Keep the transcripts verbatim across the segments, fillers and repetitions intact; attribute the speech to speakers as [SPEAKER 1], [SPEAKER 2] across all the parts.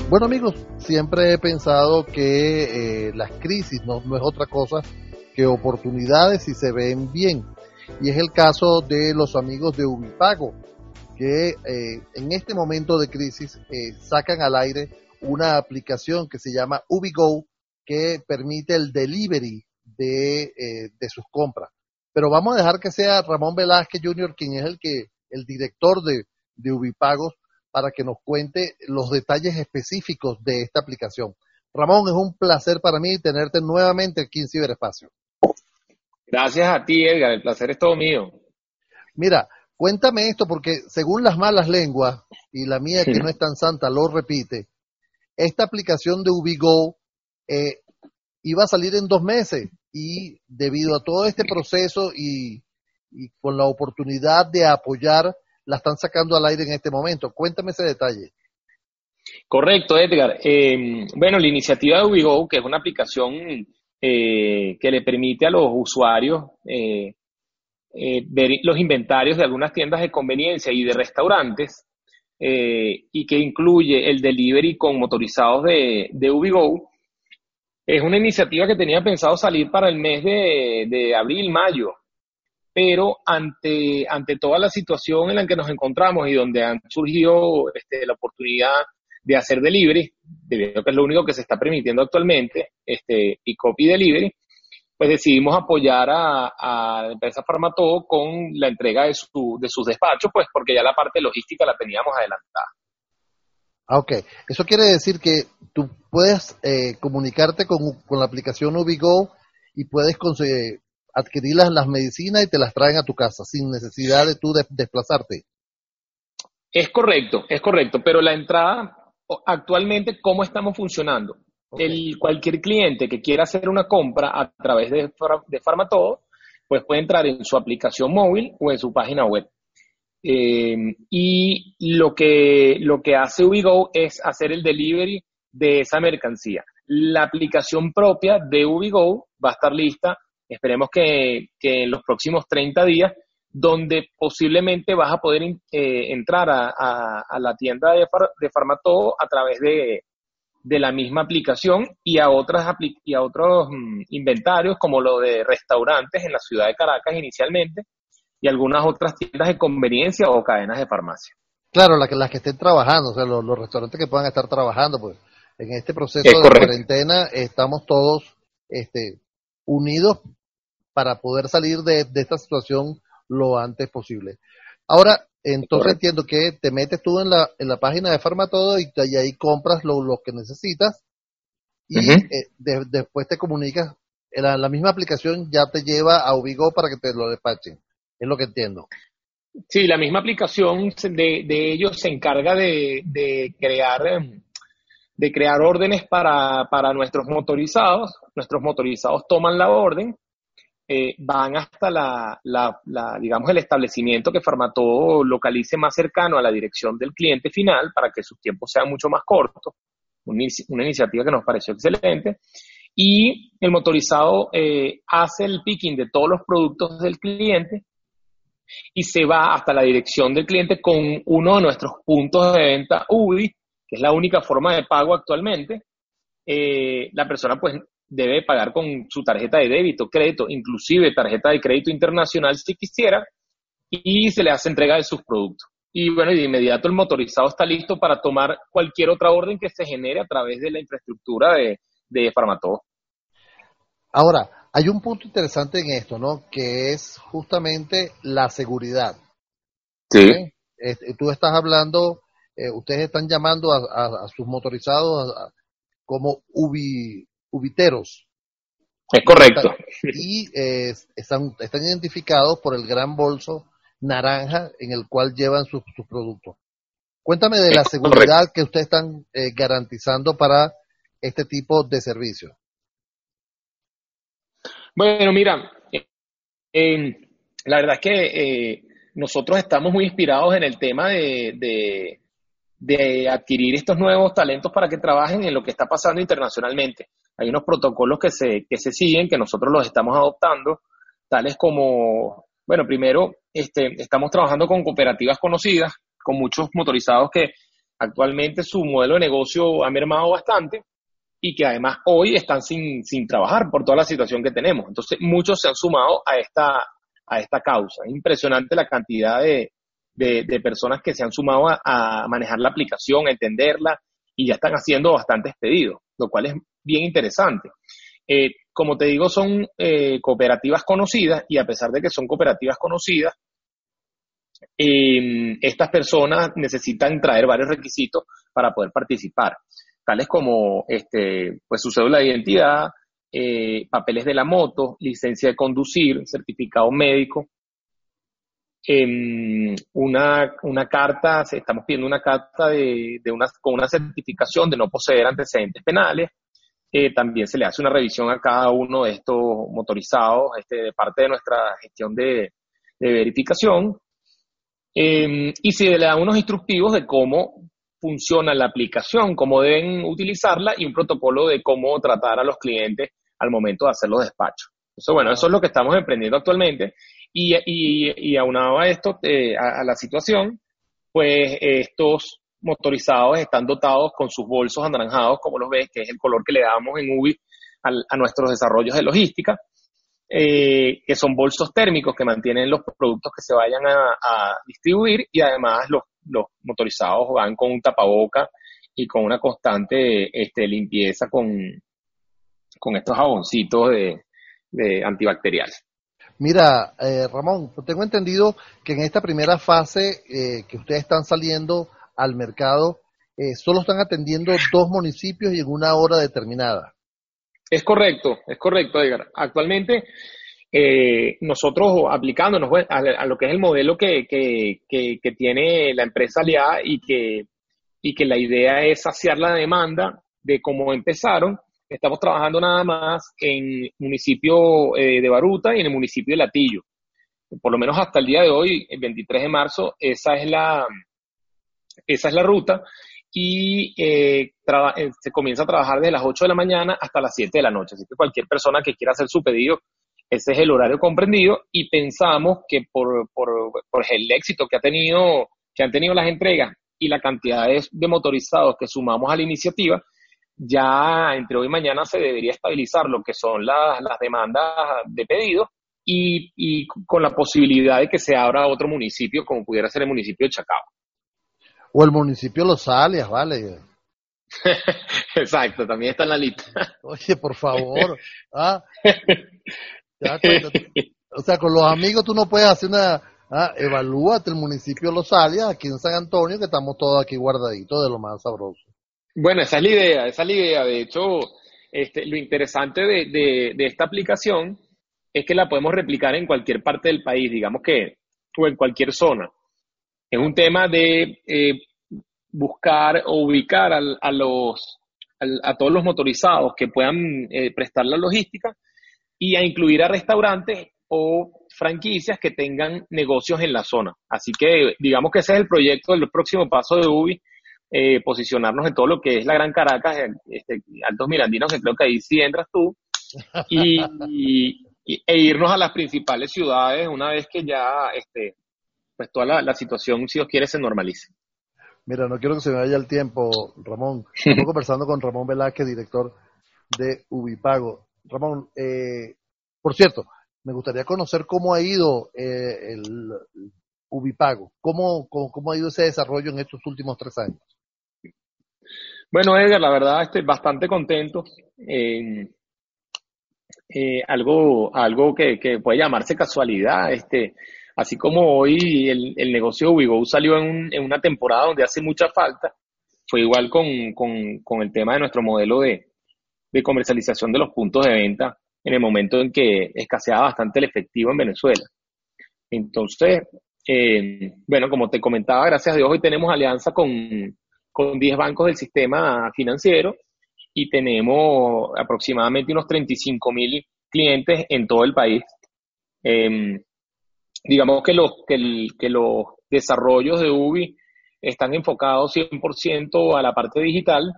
[SPEAKER 1] Bueno amigos, siempre he pensado que eh, las crisis no, no es otra cosa que oportunidades si se ven bien. Y es el caso de los amigos de Ubipago, que eh, en este momento de crisis eh, sacan al aire una aplicación que se llama Ubigo, que permite el delivery de, eh, de sus compras. Pero vamos a dejar que sea Ramón Velázquez junior quien es el que el director de, de Ubipagos, para que nos cuente los detalles específicos de esta aplicación. Ramón, es un placer para mí tenerte nuevamente aquí en Ciberespacio.
[SPEAKER 2] Gracias a ti, Edgar, el placer es todo mío.
[SPEAKER 1] Mira, cuéntame esto porque según las malas lenguas, y la mía que no es tan santa lo repite, esta aplicación de Ubigo eh, iba a salir en dos meses y debido a todo este proceso y, y con la oportunidad de apoyar, la están sacando al aire en este momento. Cuéntame ese detalle.
[SPEAKER 2] Correcto, Edgar. Eh, bueno, la iniciativa de Ubigo, que es una aplicación eh, que le permite a los usuarios eh, eh, ver los inventarios de algunas tiendas de conveniencia y de restaurantes, eh, y que incluye el delivery con motorizados de, de Ubigo, es una iniciativa que tenía pensado salir para el mes de, de abril, mayo. Pero ante, ante toda la situación en la que nos encontramos y donde han surgido este, la oportunidad de hacer delivery, debido a que es lo único que se está permitiendo actualmente, este, pick-up y delivery, pues decidimos apoyar a, a la empresa Farmatodo con la entrega de, su, de sus despachos, pues porque ya la parte logística la teníamos adelantada.
[SPEAKER 1] Ah, ok. Eso quiere decir que tú puedes eh, comunicarte con, con la aplicación Ubigo y puedes conseguir adquirir las, las medicinas y te las traen a tu casa sin necesidad de tú de, desplazarte.
[SPEAKER 2] Es correcto, es correcto, pero la entrada, actualmente, ¿cómo estamos funcionando? Okay. El, cualquier cliente que quiera hacer una compra a través de, de Farmatodo, pues puede entrar en su aplicación móvil o en su página web. Eh, y lo que, lo que hace Ubigo es hacer el delivery de esa mercancía. La aplicación propia de Ubigo va a estar lista, esperemos que, que en los próximos treinta días, donde posiblemente vas a poder eh, entrar a, a, a la tienda de, far, de Farmatodo a través de, de la misma aplicación y a, otras, y a otros mm, inventarios como lo de restaurantes en la ciudad de Caracas inicialmente y algunas otras tiendas de conveniencia o cadenas de farmacia.
[SPEAKER 1] Claro, las que, las que estén trabajando, o sea, los, los restaurantes que puedan estar trabajando, pues en este proceso de cuarentena estamos todos este, unidos para poder salir de, de esta situación lo antes posible. Ahora, entonces entiendo que te metes tú en la, en la página de Farmatodo y, y ahí compras lo, lo que necesitas y uh-huh. eh, de, después te comunicas, la, la misma aplicación ya te lleva a Ubigo para que te lo despachen. Es lo que entiendo.
[SPEAKER 2] Sí, la misma aplicación de, de ellos se encarga de, de crear de crear órdenes para, para nuestros motorizados. Nuestros motorizados toman la orden, eh, van hasta la, la, la, digamos, el establecimiento que Farmatodo localice más cercano a la dirección del cliente final para que sus tiempos sean mucho más cortos. Una, una iniciativa que nos pareció excelente. Y el motorizado eh, hace el picking de todos los productos del cliente y se va hasta la dirección del cliente con uno de nuestros puntos de venta UBI, que es la única forma de pago actualmente. Eh, la persona pues debe pagar con su tarjeta de débito, crédito, inclusive tarjeta de crédito internacional si quisiera, y se le hace entrega de sus productos. Y bueno, y de inmediato el motorizado está listo para tomar cualquier otra orden que se genere a través de la infraestructura de, de Farmatodo.
[SPEAKER 1] Ahora, hay un punto interesante en esto, ¿no? Que es justamente la seguridad.
[SPEAKER 2] Sí.
[SPEAKER 1] ¿Okay? Eh, tú estás hablando, eh, ustedes están llamando a, a, a sus motorizados a, a, como ubi, ubiteros.
[SPEAKER 2] Es correcto.
[SPEAKER 1] Y eh, están, están identificados por el gran bolso naranja en el cual llevan sus, sus productos. Cuéntame de la seguridad correcto. que ustedes están eh, garantizando para este tipo de servicios.
[SPEAKER 2] Bueno, mira, eh, eh, la verdad es que eh, nosotros estamos muy inspirados en el tema de, de, de adquirir estos nuevos talentos para que trabajen en lo que está pasando internacionalmente. Hay unos protocolos que se, que se siguen, que nosotros los estamos adoptando, tales como, bueno, primero este, estamos trabajando con cooperativas conocidas, con muchos motorizados que actualmente su modelo de negocio ha mermado bastante y que además hoy están sin, sin trabajar por toda la situación que tenemos. Entonces, muchos se han sumado a esta, a esta causa. Es impresionante la cantidad de, de, de personas que se han sumado a, a manejar la aplicación, a entenderla, y ya están haciendo bastantes pedidos, lo cual es bien interesante. Eh, como te digo, son eh, cooperativas conocidas, y a pesar de que son cooperativas conocidas, eh, estas personas necesitan traer varios requisitos para poder participar, tales como este, pues su cédula de identidad, eh, papeles de la moto, licencia de conducir, certificado médico, eh, una, una carta, estamos pidiendo una carta de, de una, con una certificación de no poseer antecedentes penales. Eh, también se le hace una revisión a cada uno de estos motorizados este, de parte de nuestra gestión de, de verificación, eh, y se le dan unos instructivos de cómo funciona la aplicación, cómo deben utilizarla y un protocolo de cómo tratar a los clientes al momento de hacer los despachos. Eso, bueno, eso es lo que estamos emprendiendo actualmente, y, y, y aunado a esto, eh, a, a la situación, pues estos motorizados están dotados con sus bolsos anaranjados, como los ves, que es el color que le damos en Ubi al, a nuestros desarrollos de logística, eh, que son bolsos térmicos que mantienen los productos que se vayan a, a distribuir, y además los, los motorizados van con un tapaboca y con una constante este, limpieza con, con estos jaboncitos de, de antibacteriales.
[SPEAKER 1] Mira, eh, Ramón, tengo entendido que en esta primera fase eh, que ustedes están saliendo al mercado, eh, solo están atendiendo dos municipios y en una hora determinada.
[SPEAKER 2] Es correcto, es correcto, Edgar. Actualmente, eh, nosotros aplicándonos a, a lo que es el modelo que, que, que, que tiene la empresa aliada, y que, y que la idea es saciar la demanda de cómo empezaron, estamos trabajando nada más en el municipio eh, de Baruta y en el municipio de Latillo. Por lo menos hasta el día de hoy, el veintitrés de marzo, esa es la, esa es la ruta. Y eh, traba, eh, se comienza a trabajar desde las ocho de la mañana hasta las siete de la noche. Así que cualquier persona que quiera hacer su pedido, ese es el horario comprendido, y pensamos que por, por, por el éxito que ha tenido, que han tenido las entregas y la cantidad de, de motorizados que sumamos a la iniciativa, ya entre hoy y mañana se debería estabilizar lo que son las, las demandas de pedidos, y, y con la posibilidad de que se abra otro municipio, como pudiera ser el municipio de Chacao.
[SPEAKER 1] O el municipio de Los Alias, vale.
[SPEAKER 2] Exacto, también está en la lista.
[SPEAKER 1] Oye, por favor. Ah, ya, o sea, con los amigos tú no puedes hacer una... Ah, evalúate el municipio de Los Alias, aquí en San Antonio, que estamos todos aquí guardaditos de lo más sabroso.
[SPEAKER 2] Bueno, esa es la idea, esa es la idea. De hecho, este, lo interesante de, de, de esta aplicación es que la podemos replicar en cualquier parte del país, digamos que, o en cualquier zona. Es un tema de eh, buscar o ubicar al, a, los, al, a todos los motorizados que puedan eh, prestar la logística, y a incluir a restaurantes o franquicias que tengan negocios en la zona. Así que digamos que ese es el proyecto del próximo paso de Ubi, eh, posicionarnos en todo lo que es la Gran Caracas, este, Altos Mirandinos, que creo que ahí sí entras tú, y, y, e irnos a las principales ciudades una vez que ya este, pues toda la, la situación, si Dios quiere, se normalice.
[SPEAKER 1] Mira, no quiero que se me vaya el tiempo, Ramón. Estamos conversando con Ramón Velázquez, director de Ubipago. Ramón, eh, por cierto, me gustaría conocer cómo ha ido eh, el Ubipago, cómo, cómo, cómo ha ido ese desarrollo en estos últimos tres años.
[SPEAKER 2] Bueno, Edgar, la verdad estoy bastante contento. Eh, eh, algo algo que, que puede llamarse casualidad, este, así como hoy el, el negocio de Ubigo salió en, un, en una temporada donde hace mucha falta, fue igual con, con, con el tema de nuestro modelo de, de comercialización de los puntos de venta en el momento en que escaseaba bastante el efectivo en Venezuela. Entonces, eh, bueno, como te comentaba, gracias a Dios hoy tenemos alianza con, con diez bancos del sistema financiero, y tenemos aproximadamente unos treinta y cinco mil clientes en todo el país. Eh, digamos que los, que, el, que los desarrollos de Ubi están enfocados cien por ciento a la parte digital,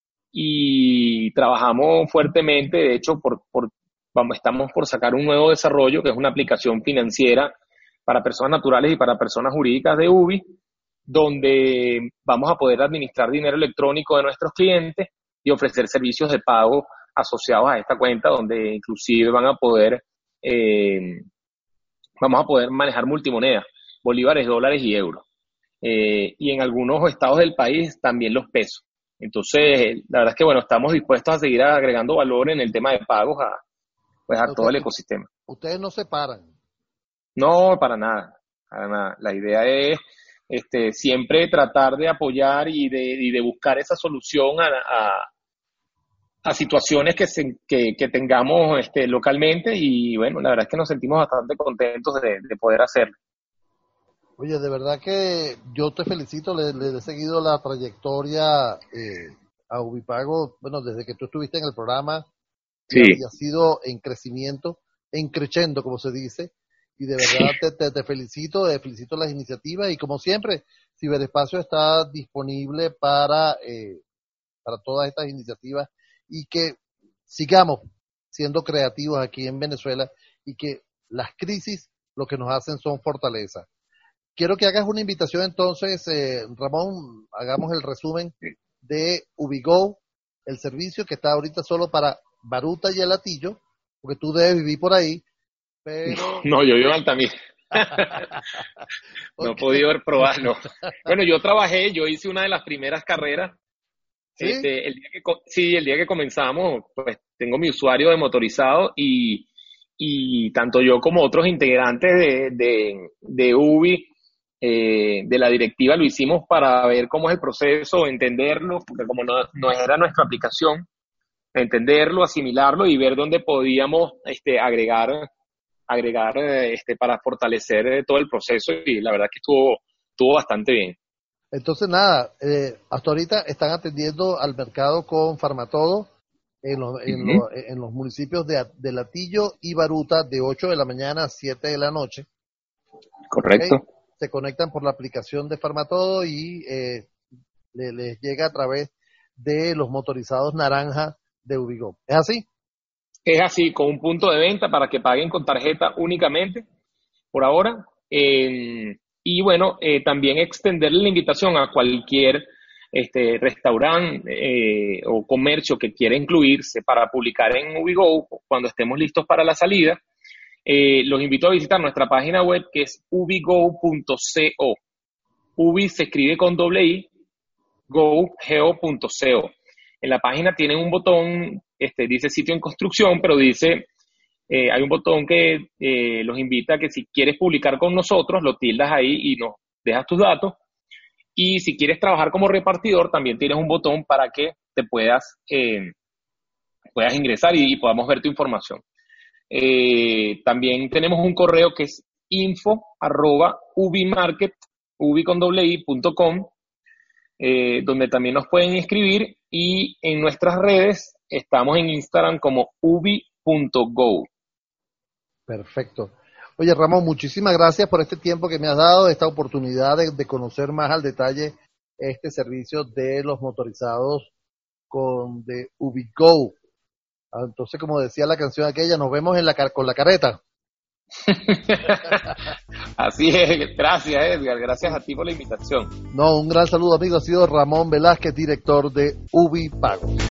[SPEAKER 2] y trabajamos fuertemente. De hecho, por, por, vamos, estamos por sacar un nuevo desarrollo que es una aplicación financiera para personas naturales y para personas jurídicas de Ubi, donde vamos a poder administrar dinero electrónico de nuestros clientes y ofrecer servicios de pago asociados a esta cuenta, donde inclusive van a poder, eh, vamos a poder manejar multimonedas, bolívares, dólares y euros. Eh, y en algunos estados del país también los pesos. Entonces, la verdad es que, bueno, estamos dispuestos a seguir agregando valor en el tema de pagos a, pues, a todo el ecosistema.
[SPEAKER 1] Ustedes no se paran.
[SPEAKER 2] No, para nada, para nada. La idea es este, siempre tratar de apoyar y de, y de buscar esa solución a, a, a situaciones que, se, que, que tengamos este, localmente, y bueno, la verdad es que nos sentimos bastante contentos de, de poder hacerlo.
[SPEAKER 1] Oye, de verdad que yo te felicito, le, le he seguido la trayectoria eh, a Ubipago, bueno, desde que tú estuviste en el programa,
[SPEAKER 2] sí.
[SPEAKER 1] y ha sido en crecimiento, en creciendo, como se dice, y de verdad sí. te, te, te felicito, te felicito las iniciativas, y como siempre, Ciberespacio está disponible para, eh, para todas estas iniciativas, y que sigamos siendo creativos aquí en Venezuela, y que las crisis lo que nos hacen son fortalezas. Quiero que hagas una invitación entonces, eh, Ramón, hagamos el resumen de Ubigo, el servicio que está ahorita solo para Baruta y el Hatillo, porque tú debes vivir por ahí, pero...
[SPEAKER 2] No, yo vivo en Altamira. No he podido probarlo. Bueno, yo trabajé, yo hice una de las primeras carreras.
[SPEAKER 1] ¿Sí?
[SPEAKER 2] Este, el día que, sí, el día que comenzamos, pues tengo mi usuario de motorizado y, y tanto yo como otros integrantes de, de, de Ubi, Eh, de la directiva, lo hicimos para ver cómo es el proceso, entenderlo, porque como no, no era nuestra aplicación, entenderlo, asimilarlo y ver dónde podíamos este, agregar, agregar este, para fortalecer todo el proceso, y la verdad que estuvo, estuvo bastante bien.
[SPEAKER 1] Entonces nada, eh, hasta ahorita están atendiendo al mercado con Farmatodo en los, en uh-huh. los, en los municipios de, de Latillo y Baruta de ocho de la mañana a siete de la noche.
[SPEAKER 2] Correcto.
[SPEAKER 1] ¿Okay? Se conectan por la aplicación de Farmatodo y eh, les, les llega a través de los motorizados naranja de Ubigo. ¿Es así?
[SPEAKER 2] Es así, con un punto de venta para que paguen con tarjeta únicamente, por ahora. Eh, y bueno, eh, también extenderle la invitación a cualquier este, restaurante eh, o comercio que quiera incluirse para publicar en Ubigo cuando estemos listos para la salida. Eh, los invito a visitar nuestra página web, que es ubigo punto co. Ubi se escribe con doble I, go punto co. En la página tienen un botón, este, dice sitio en construcción, pero dice, eh, hay un botón que eh, los invita a que si quieres publicar con nosotros, lo tildas ahí y nos dejas tus datos. Y si quieres trabajar como repartidor, también tienes un botón para que te puedas, eh, puedas ingresar y, y podamos ver tu información. Eh, también tenemos un correo que es info arroba ubimarket, ubi con doble i punto com, eh, donde también nos pueden escribir, y en nuestras redes estamos en Instagram como ubi punto go.
[SPEAKER 1] Perfecto. Oye, Ramón, muchísimas gracias por este tiempo que me has dado, esta oportunidad de, de conocer más al detalle este servicio de los motorizados con de Ubigo. Entonces, como decía la canción aquella, nos vemos en la car- con la careta.
[SPEAKER 2] Así es, gracias Edgar, gracias a ti por la invitación.
[SPEAKER 1] No, un gran saludo, amigo. Ha sido Ramón Velázquez, director de Ubipago.